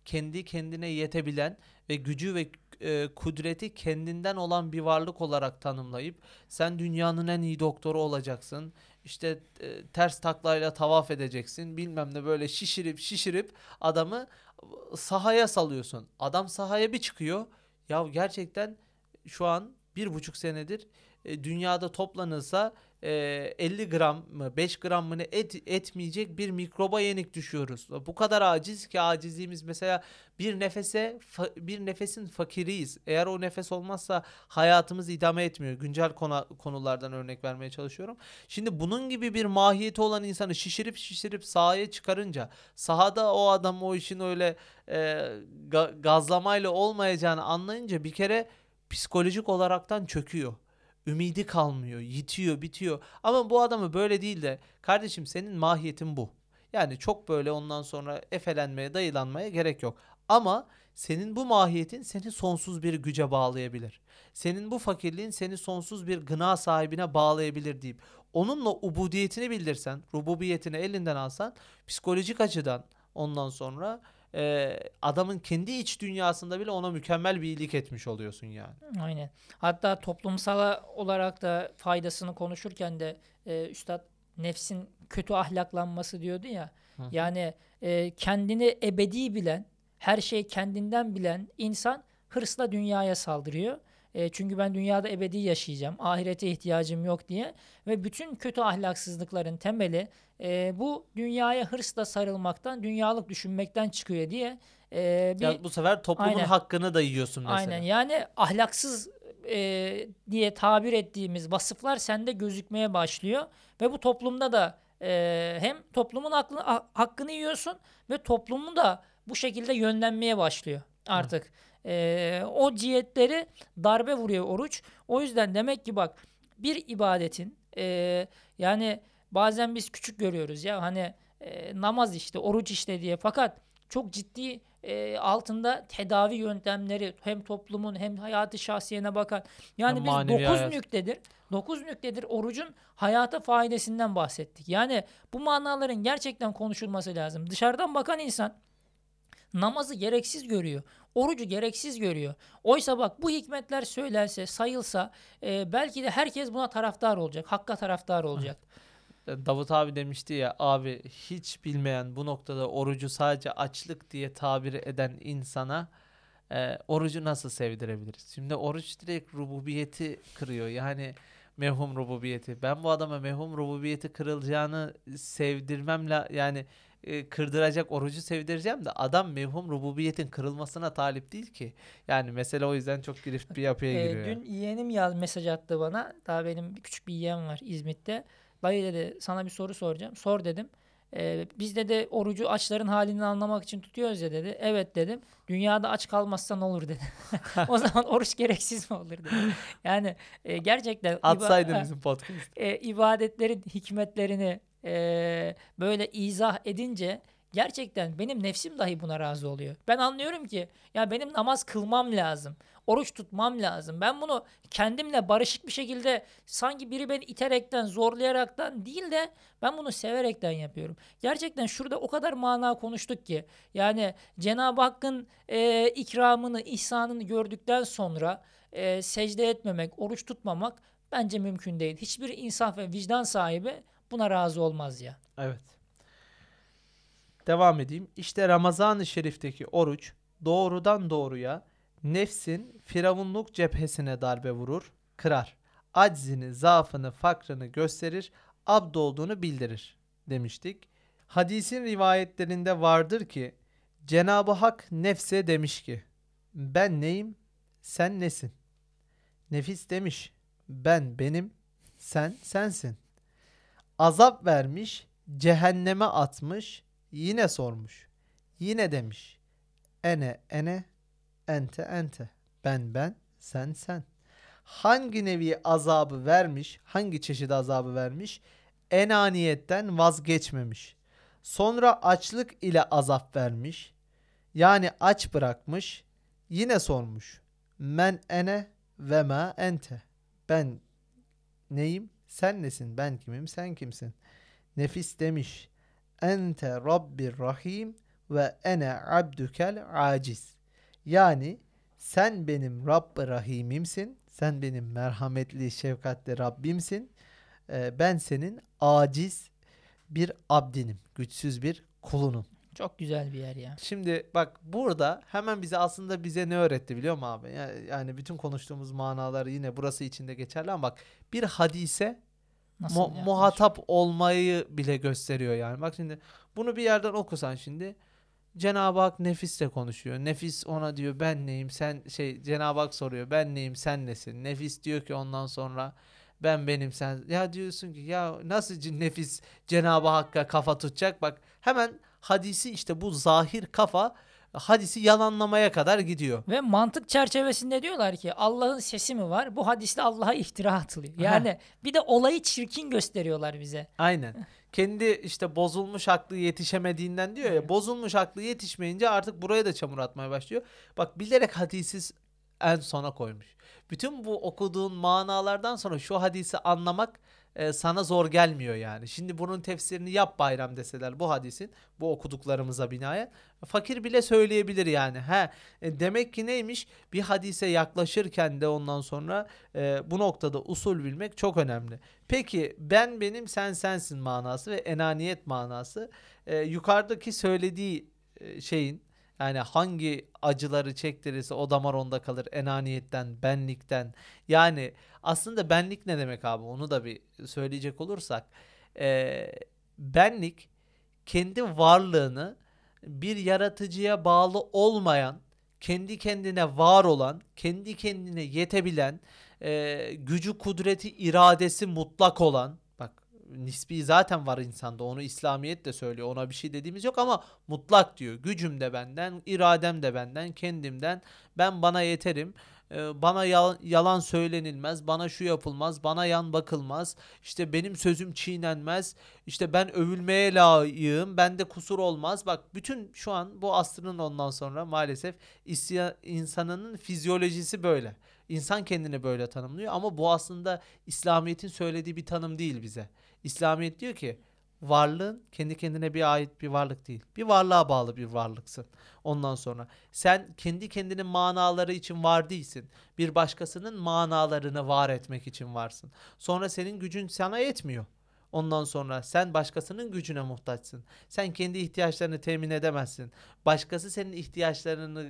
kendi kendine yetebilen ve gücü ve e, kudreti kendinden olan bir varlık olarak tanımlayıp sen dünyanın en iyi doktoru olacaksın. İşte e, ters taklayla tavaf edeceksin. Bilmem ne, böyle şişirip şişirip adamı sahaya salıyorsun. Adam sahaya bir çıkıyor. Ya gerçekten şu an bir buçuk senedir e, dünyada toplanılsa e, elli gram mı beş gram mı ne et, etmeyecek bir mikroba yenik düşüyoruz. Bu kadar aciz ki acizliğimiz, mesela bir nefese fa- bir nefesin fakiriyiz. Eğer o nefes olmazsa hayatımız idame etmiyor. Güncel konu, konulardan örnek vermeye çalışıyorum. Şimdi bunun gibi bir mahiyeti olan insanı şişirip şişirip sahaya çıkarınca, sahada o adam o işin öyle e, ga- gazlamayla olmayacağını anlayınca bir kere psikolojik olaraktan çöküyor. Ümidi kalmıyor, yitiyor, bitiyor. Ama bu adamı böyle değil de, kardeşim senin mahiyetin bu. Yani çok böyle ondan sonra efelenmeye, dayılanmaya gerek yok. Ama senin bu mahiyetin seni sonsuz bir güce bağlayabilir. Senin bu fakirliğin seni sonsuz bir gına sahibine bağlayabilir deyip onunla ubudiyetini bildirsen, rububiyetini elinden alsan, psikolojik açıdan ondan sonra e, adamın kendi iç dünyasında bile ona mükemmel bir iyilik etmiş oluyorsun yani. Aynen. Hatta toplumsal olarak da faydasını konuşurken de e, Üstad nefsin kötü ahlaklanması diyordu ya. Hı hı. Yani e, kendini ebedi bilen, her şey kendinden bilen insan hırsla dünyaya saldırıyor. E, çünkü ben dünyada ebedi yaşayacağım, ahirete ihtiyacım yok diye. Ve bütün kötü ahlaksızlıkların temeli e, bu dünyaya hırsla sarılmaktan, dünyalık düşünmekten çıkıyor diye e, bir Ya bu sefer toplumun aynen. hakkını da yiyorsun Aynen, mesela. yani ahlaksız e, diye tabir ettiğimiz vasıflar sende gözükmeye başlıyor ve bu toplumda da e, hem toplumun hakkını, ha- hakkını yiyorsun ve toplumu da bu şekilde yönlenmeye başlıyor Evet. artık. E, o cihetleri darbe vuruyor oruç. O yüzden demek ki bak, bir ibadetin e, yani bazen biz küçük görüyoruz ya, hani e, namaz işte, oruç işte diye, fakat çok ciddi e, altında tedavi yöntemleri, hem toplumun hem hayatı şahsiyene bakan. Hem Yani biz manevi dokuz hayat. nüktedir. dokuz nüktedir orucun hayata faydasından bahsettik. Yani bu manaların gerçekten konuşulması lazım. Dışarıdan bakan insan namazı gereksiz görüyor. Orucu gereksiz görüyor. Oysa bak, bu hikmetler söylense, sayılsa e, belki de herkes buna taraftar olacak. Hakka taraftar Evet. olacak. Davut abi demişti ya, abi hiç bilmeyen, bu noktada orucu sadece açlık diye tabir eden insana e, orucu nasıl sevdirebiliriz? Şimdi oruç direkt rububiyeti kırıyor. Yani mevhum rububiyeti. Ben bu adama mevhum rububiyeti kırılacağını sevdirmemle, yani e, kırdıracak orucu sevdireceğim de, adam mevhum rububiyetin kırılmasına talip değil ki. Yani mesele o yüzden çok girift bir yapıya E, giriyor yani. dün yeğenim yaz mesaj attı bana. Daha benim bir küçük bir yeğen var İzmit'te. Dayı dedi, sana bir soru soracağım. Sor dedim. E, biz de orucu açların halini anlamak için tutuyoruz ya dedi. Evet dedim. Dünyada aç kalmazsan olur dedi. O zaman oruç gereksiz mi olur dedi. Yani e, gerçekten Atsaydın iba- bizim podcast. e, ibadetlerin hikmetlerini e, böyle izah edince gerçekten benim nefsim dahi buna razı oluyor. Ben anlıyorum ki ya benim namaz kılmam lazım. Oruç tutmam lazım. Ben bunu kendimle barışık bir şekilde, sanki biri beni iterekten, zorlayaraktan değil de ben bunu severekten yapıyorum. Gerçekten şurada o kadar mana konuştuk ki. Yani Cenab-ı Hakk'ın e, ikramını, ihsanını gördükten sonra e, secde etmemek, oruç tutmamak bence mümkün değil. Hiçbir insaf ve vicdan sahibi buna razı olmaz ya. Evet. Devam edeyim. İşte Ramazan-ı Şerif'teki oruç doğrudan doğruya nefsin firavunluk cephesine darbe vurur, kırar. Aczini, zaafını, fakrını gösterir, abd olduğunu bildirir demiştik. Hadisin rivayetlerinde vardır ki Cenab-ı Hak nefse demiş ki, ben neyim, sen nesin? Nefis demiş, ben benim, sen sensin. Azap vermiş, cehenneme atmış, yine sormuş. Yine demiş, ene ene, ente ente. Ben ben, sen sen. Hangi nevi azabı vermiş, hangi çeşit azabı vermiş? Enaniyetten vazgeçmemiş. Sonra açlık ile azap vermiş. Yani aç bırakmış. Yine sormuş. Men ene ve ma ente. Ben neyim? Sen nesin? Ben kimim? Sen kimsin? Nefis demiş, ente Rabbir Rahim ve ene abdükel aciz. Yani sen benim Rabb-ı Rahim'imsin. Sen benim merhametli, şefkatli Rabbimsin. Ee, ben senin aciz bir abdinim. Güçsüz bir kulunum. Çok güzel bir yer ya. Şimdi bak burada hemen bize aslında bize ne öğretti biliyor musun abi? Yani, yani bütün konuştuğumuz manalar yine burası içinde geçerli ama bak bir hadise Nasıl mu- yaklaşım? muhatap olmayı bile gösteriyor yani. Bak şimdi bunu bir yerden okusan şimdi Cenab-ı Hak nefisle konuşuyor. Nefis ona diyor ben neyim sen şey Cenab-ı Hak soruyor ben neyim sen nesin? Nefis diyor ki ondan sonra ben benim sen ya diyorsun ki ya nasıl c- nefis Cenab-ı Hakk'a kafa tutacak? Bak hemen hadisi işte bu zahir kafa hadisi yalanlamaya kadar gidiyor. Ve mantık çerçevesinde diyorlar ki Allah'ın sesi mi var? Bu hadiste Allah'a iftira atılıyor. Heh. Yani bir de olayı çirkin gösteriyorlar bize. Aynen. Kendi işte bozulmuş aklı yetişemediğinden diyor ya. Aynen. Bozulmuş aklı yetişmeyince artık buraya da çamur atmaya başlıyor. Bak bilerek hadisi en sona koymuş. Bütün bu okuduğun manalardan sonra şu hadisi anlamak e, sana zor gelmiyor yani. Şimdi bunun tefsirini yap Bayram deseler bu hadisin bu okuduklarımıza binaen fakir bile söyleyebilir yani. He, e, demek ki neymiş? Bir hadise yaklaşırken de ondan sonra e, bu noktada usul bilmek çok önemli. Peki ben benim sen sensin manası ve enaniyet manası e, yukarıdaki söylediği e, şeyin yani hangi acıları çektirirse o damar onda kalır enaniyetten, benlikten. Yani aslında benlik ne demek abi? Onu da bir söyleyecek olursak e, benlik kendi varlığını bir yaratıcıya bağlı olmayan, kendi kendine var olan, kendi kendine yetebilen, e, gücü, kudreti, iradesi mutlak olan, bak nispi zaten var insanda onu İslamiyet de söylüyor ona bir şey dediğimiz yok ama mutlak diyor. Gücüm de benden, iradem de benden, kendimden ben bana yeterim. Ee, Bana yalan, yalan söylenilmez, bana şu yapılmaz, bana yan bakılmaz, işte benim sözüm çiğnenmez, işte ben övülmeye layığım, bende kusur olmaz. Bak bütün şu an bu asrın ondan sonra maalesef isya, insanının fizyolojisi böyle. İnsan kendini böyle tanımlıyor ama bu aslında İslamiyet'in söylediği bir tanım değil bize. İslamiyet diyor ki varlığın kendi kendine bir ait bir varlık değil. Bir varlığa bağlı bir varlıksın. Ondan sonra sen kendi kendinin manaları için var değilsin. Bir başkasının manalarını var etmek için varsın. Sonra senin gücün sana yetmiyor. Ondan sonra sen başkasının gücüne muhtaçsın. Sen kendi ihtiyaçlarını temin edemezsin. Başkası senin ihtiyaçlarını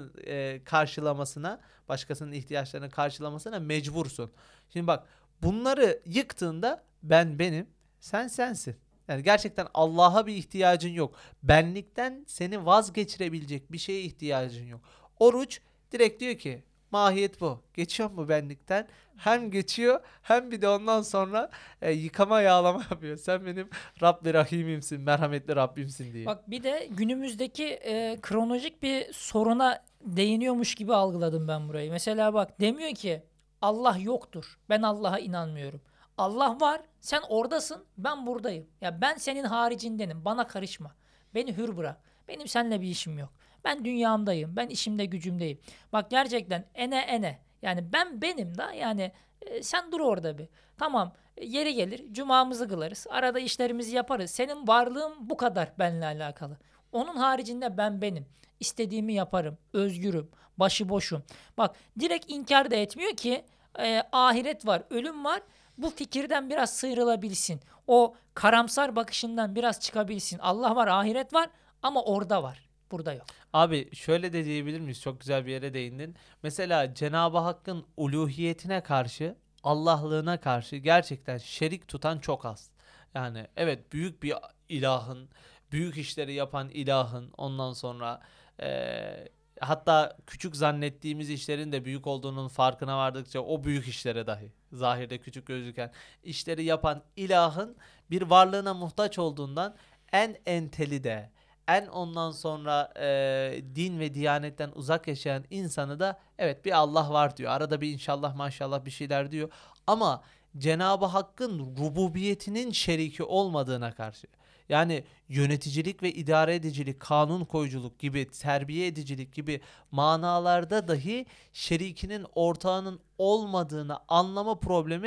e, karşılamasına, başkasının ihtiyaçlarını karşılamasına mecbursun. Şimdi bak bunları yıktığında ben benim, sen sensin. Yani gerçekten Allah'a bir ihtiyacın yok. Benlikten seni vazgeçirebilecek bir şeye ihtiyacın yok. Oruç direkt diyor ki mahiyet bu. Geçiyor mu benlikten? Hem geçiyor hem bir de ondan sonra e, yıkama yağlama yapıyor. Sen benim Rabbi Rahim'imsin, merhametli Rabbimsin diye. Bak bir de günümüzdeki e, kronolojik bir soruna değiniyormuş gibi algıladım ben burayı. Mesela bak demiyor ki Allah yoktur. Ben Allah'a inanmıyorum. Allah var. Sen oradasın. Ben buradayım. Ya ben senin haricindenim. Bana karışma. Beni hür bırak. Benim seninle bir işim yok. Ben dünyamdayım. Ben işimde gücümdeyim. Bak gerçekten ene ene. Yani ben benim da yani e, sen dur orada bir. Tamam e, yeri gelir cumamızı kılarız. Arada işlerimizi yaparız. Senin varlığın bu kadar benimle alakalı. Onun haricinde ben benim. İstediğimi yaparım. Özgürüm. Başıboşum. Bak direkt inkar da etmiyor ki e, ahiret var, ölüm var. Bu fikirden biraz sıyrılabilsin. O karamsar bakışından biraz çıkabilsin. Allah var, ahiret var ama orada var. Burada yok. Abi şöyle de diyebilir miyiz? Çok güzel bir yere değindin. Mesela Cenab-ı Hakk'ın uluhiyetine karşı, Allahlığına karşı gerçekten şerik tutan çok az. Yani evet büyük bir ilahın, büyük işleri yapan ilahın ondan sonra eee, hatta küçük zannettiğimiz işlerin de büyük olduğunun farkına vardıkça o büyük işlere dahi zahirde küçük gözüken işleri yapan ilahın bir varlığına muhtaç olduğundan en enteli de en ondan sonra e, din ve diyanetten uzak yaşayan insanı da evet bir Allah var diyor. Arada bir inşallah maşallah bir şeyler diyor. Ama Cenab-ı Hakk'ın rububiyetinin şeriki olmadığına karşı yani yöneticilik ve idare edicilik, kanun koyuculuk gibi, terbiye edicilik gibi manalarda dahi şerikinin ortağının olmadığını anlama problemi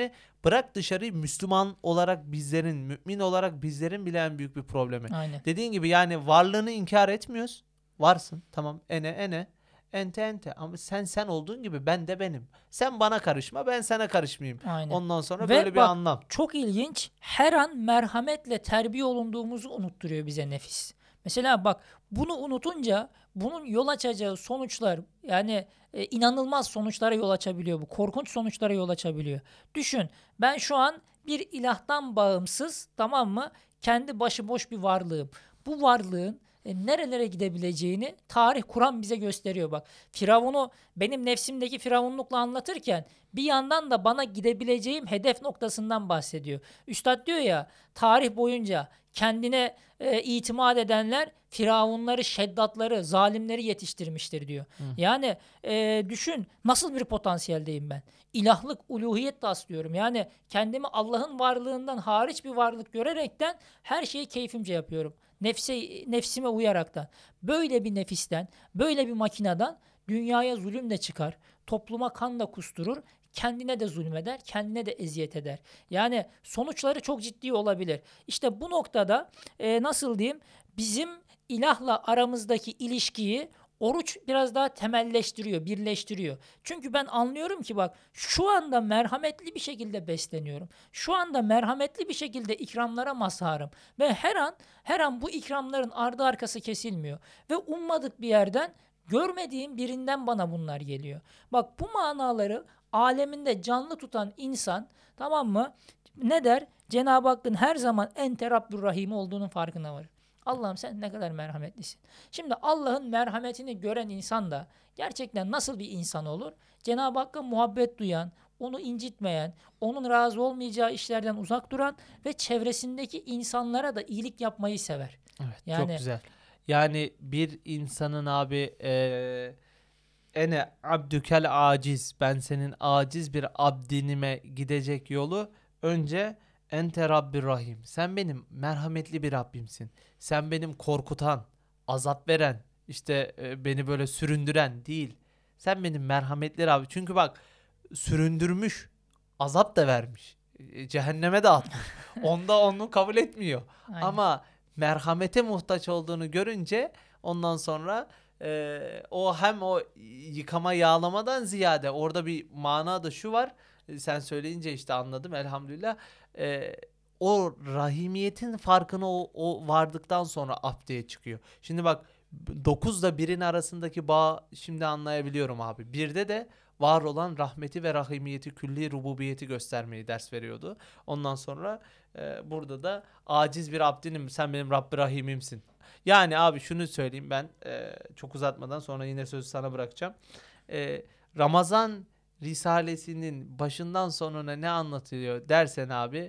Bırak dışarıyı, Müslüman olarak bizlerin, mümin olarak bizlerin bile en büyük bir problemi. Aynen. Dediğin gibi yani varlığını inkar etmiyoruz. Varsın. Tamam. Ene ene. Ente ente. Ama sen sen olduğun gibi ben de benim. Sen bana karışma, ben sana karışmayayım. Aynen. Ondan sonra Ve böyle bir bak, anlam. çok ilginç. Her an merhametle terbiye olunduğumuzu unutturuyor bize nefis. Mesela bak, bunu unutunca bunun yol açacağı sonuçlar, yani e, inanılmaz sonuçlara yol açabiliyor bu. Korkunç sonuçlara yol açabiliyor. Düşün, ben şu an bir ilahtan bağımsız, tamam mı? Kendi başıboş bir varlığım. Bu varlığın e, nerelere gidebileceğini tarih, Kur'an bize gösteriyor bak. Firavun'u benim nefsimdeki firavunlukla anlatırken bir yandan da bana gidebileceğim hedef noktasından bahsediyor. Üstad diyor ya, tarih boyunca kendine e, itimat edenler firavunları, şeddatları, zalimleri yetiştirmiştir diyor. Hı. Yani e, düşün nasıl bir potansiyeldeyim ben. İlahlık, uluhiyet taslıyorum. Yani kendimi Allah'ın varlığından hariç bir varlık görerekten her şeyi keyfimce yapıyorum. Nefse, nefsime uyaraktan. Böyle bir nefisten, böyle bir makineden dünyaya zulüm de çıkar. Topluma kan da kusturur. Kendine de zulmeder, kendine de eziyet eder. Yani sonuçları çok ciddi olabilir. İşte bu noktada e, nasıl diyeyim, bizim ilahla aramızdaki ilişkiyi oruç biraz daha temelleştiriyor, birleştiriyor. Çünkü ben anlıyorum ki bak, şu anda merhametli bir şekilde besleniyorum. Şu anda merhametli bir şekilde ikramlara mazharım. Ve her an, her an bu ikramların ardı arkası kesilmiyor. Ve ummadık bir yerden, görmediğim birinden bana bunlar geliyor. Bak, bu manaları aleminde canlı tutan insan, tamam mı, ne der? Cenab-ı Hakk'ın her zaman ente Rabbür Rahim olduğunun farkına varır. Allah'ım sen ne kadar merhametlisin. Şimdi Allah'ın merhametini gören insan da gerçekten nasıl bir insan olur? Cenab-ı Hakk'a muhabbet duyan, onu incitmeyen, onun razı olmayacağı işlerden uzak duran ve çevresindeki insanlara da iyilik yapmayı sever. Evet, çok Yani güzel. Yani bir insanın abi eee ene abdükel aciz, ben senin aciz bir abdinime gidecek yolu önce ente Rabbir Rahim. Sen benim merhametli bir Rabbimsin. Sen benim korkutan, azap veren, işte e, beni böyle süründüren değil. Sen benim merhametli Rabbim. Çünkü bak, süründürmüş, azap da vermiş. e, Cehenneme de atmış. Onda onu kabul etmiyor. aynen. Ama merhamete muhtaç olduğunu görünce ondan sonra ee, o hem o yıkama yağlamadan ziyade orada bir mana da şu var. Ee, sen söyleyince işte anladım elhamdülillah. Ee, o rahimiyetin farkına o, o vardıktan sonra abdeye çıkıyor. Şimdi bak, dokuzla birin arasındaki bağ şimdi anlayabiliyorum abi. Birde de var olan rahmeti ve rahimiyeti, külli rububiyeti göstermeyi ders veriyordu. Ondan sonra e, burada da aciz bir abdinim, sen benim Rabbi Rahimimsin. Yani abi şunu söyleyeyim ben, e, çok uzatmadan, sonra yine sözü sana bırakacağım. E, Ramazan Risalesinin başından sonuna ne anlatılıyor dersen abi,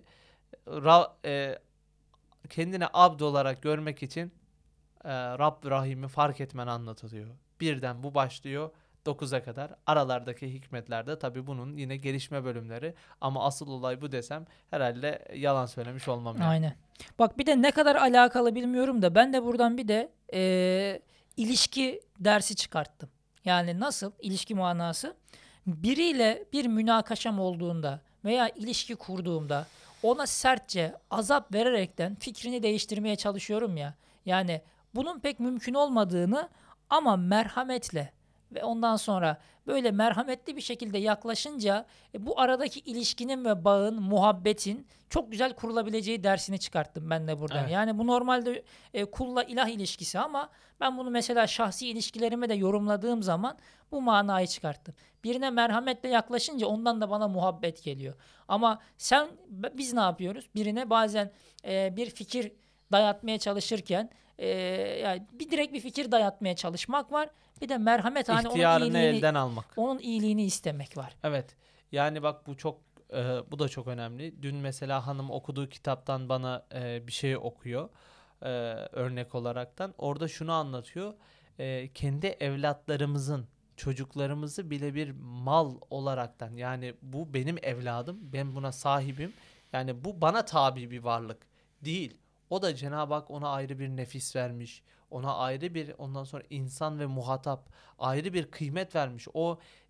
ra, e, kendine abd olarak görmek için e, Rabb Rahim'i fark etmen anlatılıyor. Birden bu başlıyor dokuza kadar. Aralardaki hikmetler de tabii bunun yine gelişme bölümleri. Ama asıl olay bu desem herhalde yalan söylemiş olmam yani. Aynen. Bak, bir de ne kadar alakalı bilmiyorum da ben de buradan bir de eee, ilişki dersi çıkarttım. Yani nasıl ilişki manası? Biriyle bir münakaşam olduğunda veya ilişki kurduğumda ona sertçe azap vererekten fikrini değiştirmeye çalışıyorum ya. Yani bunun pek mümkün olmadığını, ama merhametle ve ondan sonra böyle merhametli bir şekilde yaklaşınca e, bu aradaki ilişkinin ve bağın, muhabbetin çok güzel kurulabileceği dersini çıkarttım ben de buradan. Evet. Yani bu normalde e, kulla ilah ilişkisi, ama ben bunu mesela şahsi ilişkilerime de yorumladığım zaman bu manayı çıkarttım. Birine merhametle yaklaşınca ondan da bana muhabbet geliyor. Ama sen, biz ne yapıyoruz? Birine bazen e, bir fikir dayatmaya çalışırken e, yani bir direkt bir fikir dayatmaya çalışmak var. Bir de merhamet, hani onun İhtiyarını iyiliğini, elden almak. onun iyiliğini istemek var. Evet. Yani bak, bu çok e, bu da çok önemli. Dün mesela hanım okuduğu kitaptan bana e, bir şey okuyor. E, örnek olaraktan. Orada şunu anlatıyor. E, kendi evlatlarımızın, çocuklarımızı bile bir mal olaraktan, yani bu benim evladım, ben buna sahibim. Yani bu bana tabi bir varlık değil. O da Cenab-ı Hak ona ayrı bir nefis vermiş. Ona ayrı bir, ondan sonra insan ve muhatap, ayrı bir kıymet vermiş. O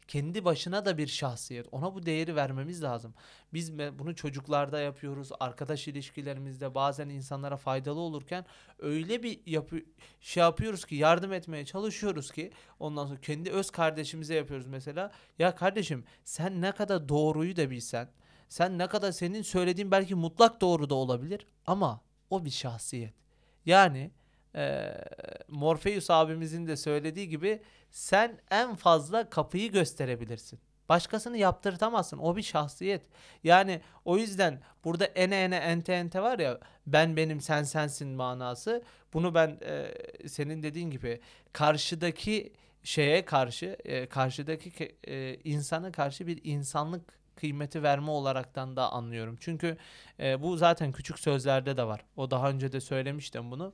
kendi başına da bir şahsiyet. Ona bu değeri vermemiz lazım. Biz me- bunu çocuklarda yapıyoruz, arkadaş ilişkilerimizde bazen insanlara faydalı olurken öyle bir yapı şey yapıyoruz ki, yardım etmeye çalışıyoruz ki ondan sonra kendi öz kardeşimize yapıyoruz mesela. Ya kardeşim, sen ne kadar doğruyu da bilsen, sen ne kadar, senin söylediğin belki mutlak doğru da olabilir ama o bir şahsiyet. Yani eee Morpheus abimizin de söylediği gibi sen en fazla kapıyı gösterebilirsin. Başkasını yaptırtamazsın. O bir şahsiyet. Yani o yüzden burada ene ene ente ente var ya, ben benim sen sensin manası. Bunu ben e, senin dediğin gibi karşıdaki şeye karşı, e, karşıdaki ke- e, insana karşı bir insanlık kıymeti verme olaraktan da anlıyorum. Çünkü e, bu zaten küçük sözlerde de var. O daha önce de söylemiştim bunu.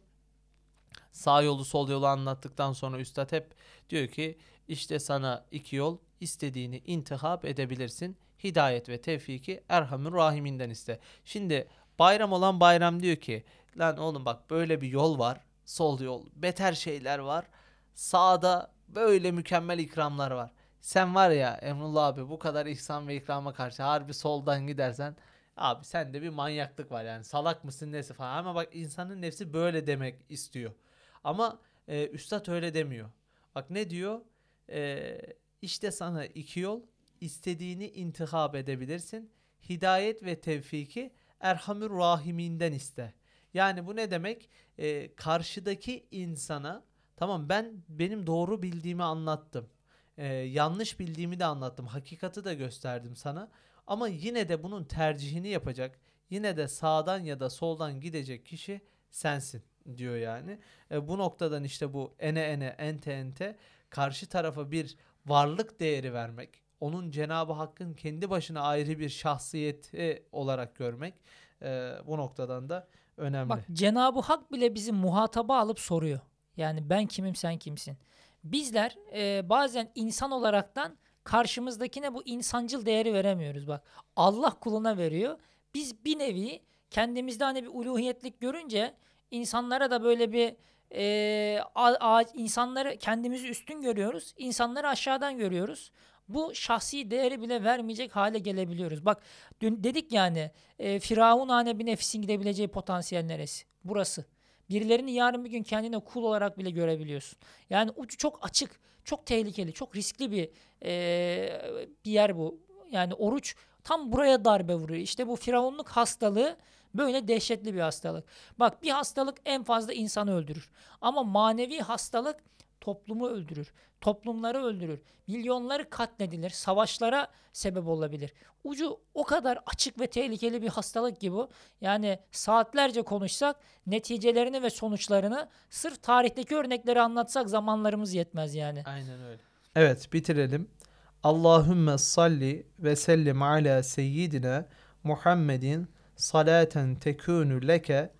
Sağ yolu sol yolu anlattıktan sonra üstad hep diyor ki işte sana iki yol, istediğini intihap edebilirsin. Hidayet ve tevfiki Erhamür Rahiminden iste. Şimdi bayram olan bayram diyor ki lan oğlum bak, böyle bir yol var. Sol yol. Beter şeyler var. Sağda böyle mükemmel ikramlar var. Sen var ya Emrullah abi, bu kadar ihsan ve ikrama karşı harbi soldan gidersen abi sende bir manyaklık var yani, salak mısın nesi falan. Ama bak, insanın nefsi böyle demek istiyor. Ama e, üstad öyle demiyor. Bak ne diyor? E, işte sana iki yol, istediğini intihab edebilirsin. Hidayet ve tevfiki Erhamür Rahiminden iste. Yani bu ne demek? E, karşıdaki insana, tamam, ben benim doğru bildiğimi anlattım. E, yanlış bildiğimi de anlattım. Hakikati de gösterdim sana. Ama yine de bunun tercihini yapacak, yine de sağdan ya da soldan gidecek kişi sensin diyor yani. E, bu noktadan işte bu ene ene ente ente, karşı tarafa bir varlık değeri vermek, onun Cenab-ı Hakk'ın kendi başına ayrı bir şahsiyeti olarak görmek, e, bu noktadan da Bak önemli. Cenab-ı Hak bile bizi muhataba alıp soruyor. Yani ben kimim sen kimsin? Bizler e, bazen insan olaraktan karşımızdakine bu insancıl değeri veremiyoruz. Bak Allah kuluna veriyor. Biz bir nevi kendimizde hani bir uluhiyetlik görünce insanlara da böyle bir e, a, a- insanları kendimizi üstün görüyoruz. İnsanları aşağıdan görüyoruz. Bu şahsi değeri bile vermeyecek hale gelebiliyoruz. Bak dün dedik yani e, Firavun hane bir nefsin gidebileceği potansiyel neresi? Burası. Birilerini yarın bir gün kendine kul olarak bile görebiliyorsun. Yani ucu çok açık, çok tehlikeli, çok riskli bir e, bir yer bu. Yani oruç tam buraya darbe vuruyor. İşte bu firavunluk hastalığı böyle dehşetli bir hastalık. Bak bir hastalık en fazla insanı öldürür. Ama manevi hastalık toplumu öldürür. Toplumları öldürür. Milyonları katledilir. Savaşlara sebep olabilir. Ucu o kadar açık ve tehlikeli bir hastalık ki bu. Yani saatlerce konuşsak neticelerini ve sonuçlarını sırf tarihteki örnekleri anlatsak zamanlarımız yetmez yani. Aynen öyle. Evet, bitirelim. Allahümme salli ve sellim ala seyyidina Muhammedin salaten tekunu leke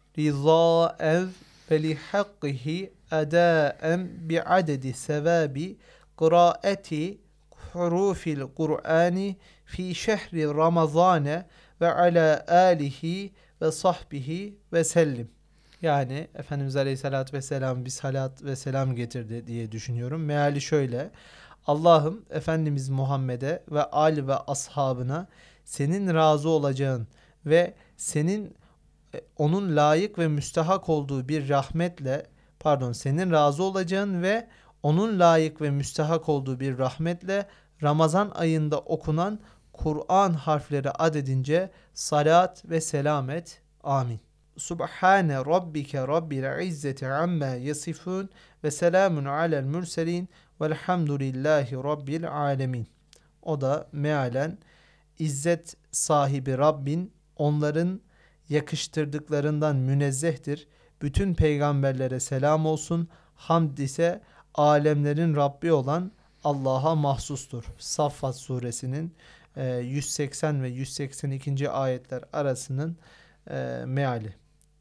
rizaen ve lihakkihi adaen bi adedi sevabi kıraati hurufil Kur'ani fi şehri Ramazane ve ala alihi ve sahbihi ve sellim. Yani Efendimiz Aleyhisselatü Vesselam bir salat ve selam getirdi diye düşünüyorum. Meali şöyle: Allah'ım Efendimiz Muhammed'e ve Ali ve ashabına senin razı olacağın ve senin e, onun layık ve müstehak olduğu bir rahmetle, pardon, senin razı olacağın ve onun layık ve müstehak olduğu bir rahmetle Ramazan ayında okunan Kur'an harfleri adedince salat ve selamet. Amin. Subhane rabbike rabbil izzeti amma yasifun ve selamun alel mürselin velhamdülillahi rabbil alemin. O da mealen İzzet sahibi Rabbin onların yakıştırdıklarından münezzehtir. Bütün peygamberlere selam olsun. Hamd ise alemlerin Rabbi olan Allah'a mahsustur. Saffat suresinin e, yüz seksen ve yüz seksen ikinci ayetler arasının e, meali.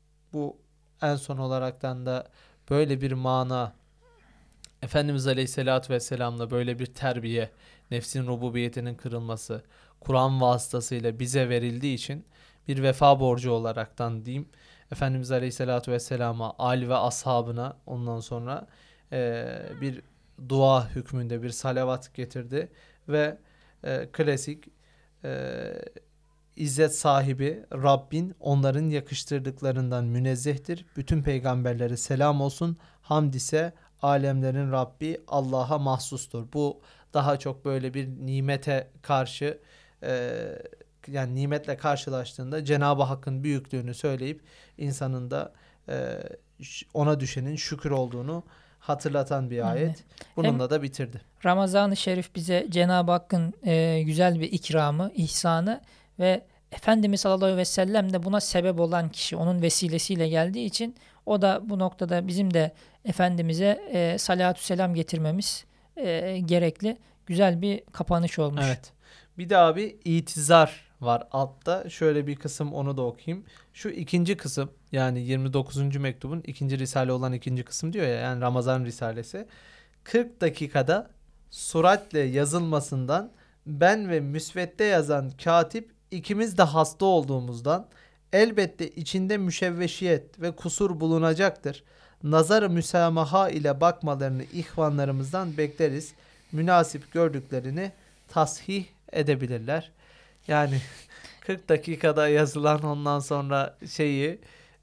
Bu en son olaraktan da böyle bir mana, Efendimiz Aleyhisselatü Vesselam'la böyle bir terbiye, nefsin rububiyetinin kırılması, Kur'an vasıtasıyla bize verildiği için bir vefa borcu olaraktan diyeyim, Efendimiz Aleyhisselatü Vesselam'a, âl ve ashabına ondan sonra eee, bir dua hükmünde bir salavat getirdi ve e, klasik e, İzzet sahibi Rabbin onların yakıştırdıklarından münezzehtir. Bütün peygamberlere selam olsun. Hamd ise alemlerin Rabbi Allah'a mahsustur. Bu daha çok böyle bir nimete karşı e, yani nimetle karşılaştığında Cenab-ı Hakk'ın büyüklüğünü söyleyip insanın da e, ona düşenin şükür olduğunu hatırlatan bir ayet. Evet. Bununla Hem da bitirdi. Ramazan-ı Şerif bize Cenab-ı Hakk'ın e, güzel bir ikramı, ihsanı ve Efendimiz sallallahu aleyhi ve sellem de buna sebep olan kişi, onun vesilesiyle geldiği için o da bu noktada bizim de Efendimiz'e e, salatü selam getirmemiz e, gerekli. Güzel bir kapanış olmuş. Evet. Bir daha bir itizar var altta. Şöyle bir kısım, onu da okuyayım. Şu ikinci kısım, yani yirmi dokuzuncu mektubun ikinci risale olan ikinci kısım diyor ya, yani Ramazan risalesi. kırk dakikada suratle yazılmasından ben ve müsvedde yazan katip ikimiz de hasta olduğumuzdan elbette içinde müşevveşiyet ve kusur bulunacaktır. Nazar-ı müsamaha ile bakmalarını ihvanlarımızdan bekleriz. Münasip gördüklerini tasih edebilirler. Yani kırk dakikada yazılan, ondan sonra şeyi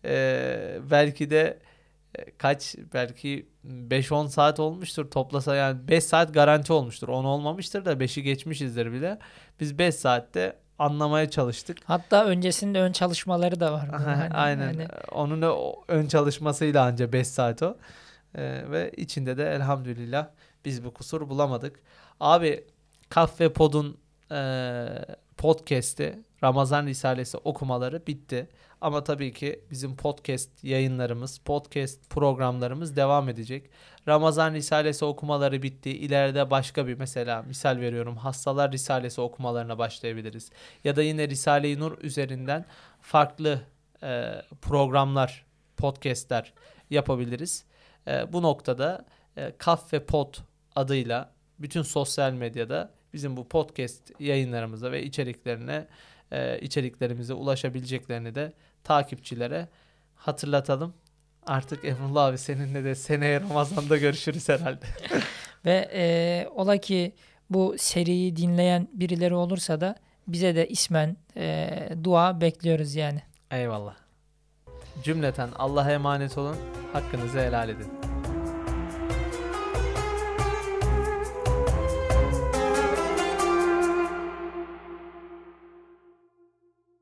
e, belki de e, kaç, belki beş on saat olmuştur toplasa, yani beş saat garanti olmuştur. on olmamıştır da beşi geçmişizdir bile. Biz beş saatte anlamaya çalıştık. Hatta öncesinde ön çalışmaları da var. Aha, aynen. Hani Onun o ön çalışmasıyla anca beş saat o. Ee, ve içinde de elhamdülillah biz bu kusur bulamadık. Abi, Kaf ve Pod'un e, podcast'i, Ramazan Risalesi okumaları bitti. Ama tabii ki bizim podcast yayınlarımız, podcast programlarımız devam edecek. Ramazan Risalesi okumaları bitti. İleride başka bir, mesela misal veriyorum, Hastalar Risalesi okumalarına başlayabiliriz. Ya da yine Risale-i Nur üzerinden farklı e, programlar, podcastler yapabiliriz. E, bu noktada e, Kaf ve Pod adıyla bütün sosyal medyada bizim bu podcast yayınlarımıza ve içeriklerine e, içeriklerimize ulaşabileceklerini de takipçilere hatırlatalım. Artık Emrullah abi, seninle de seneye Ramazan'da görüşürüz herhalde. ve e, ola ki bu seriyi dinleyen birileri olursa da bize de ismen e, dua bekliyoruz yani. Eyvallah. Cümleten Allah'a emanet olun. Hakkınızı helal edin.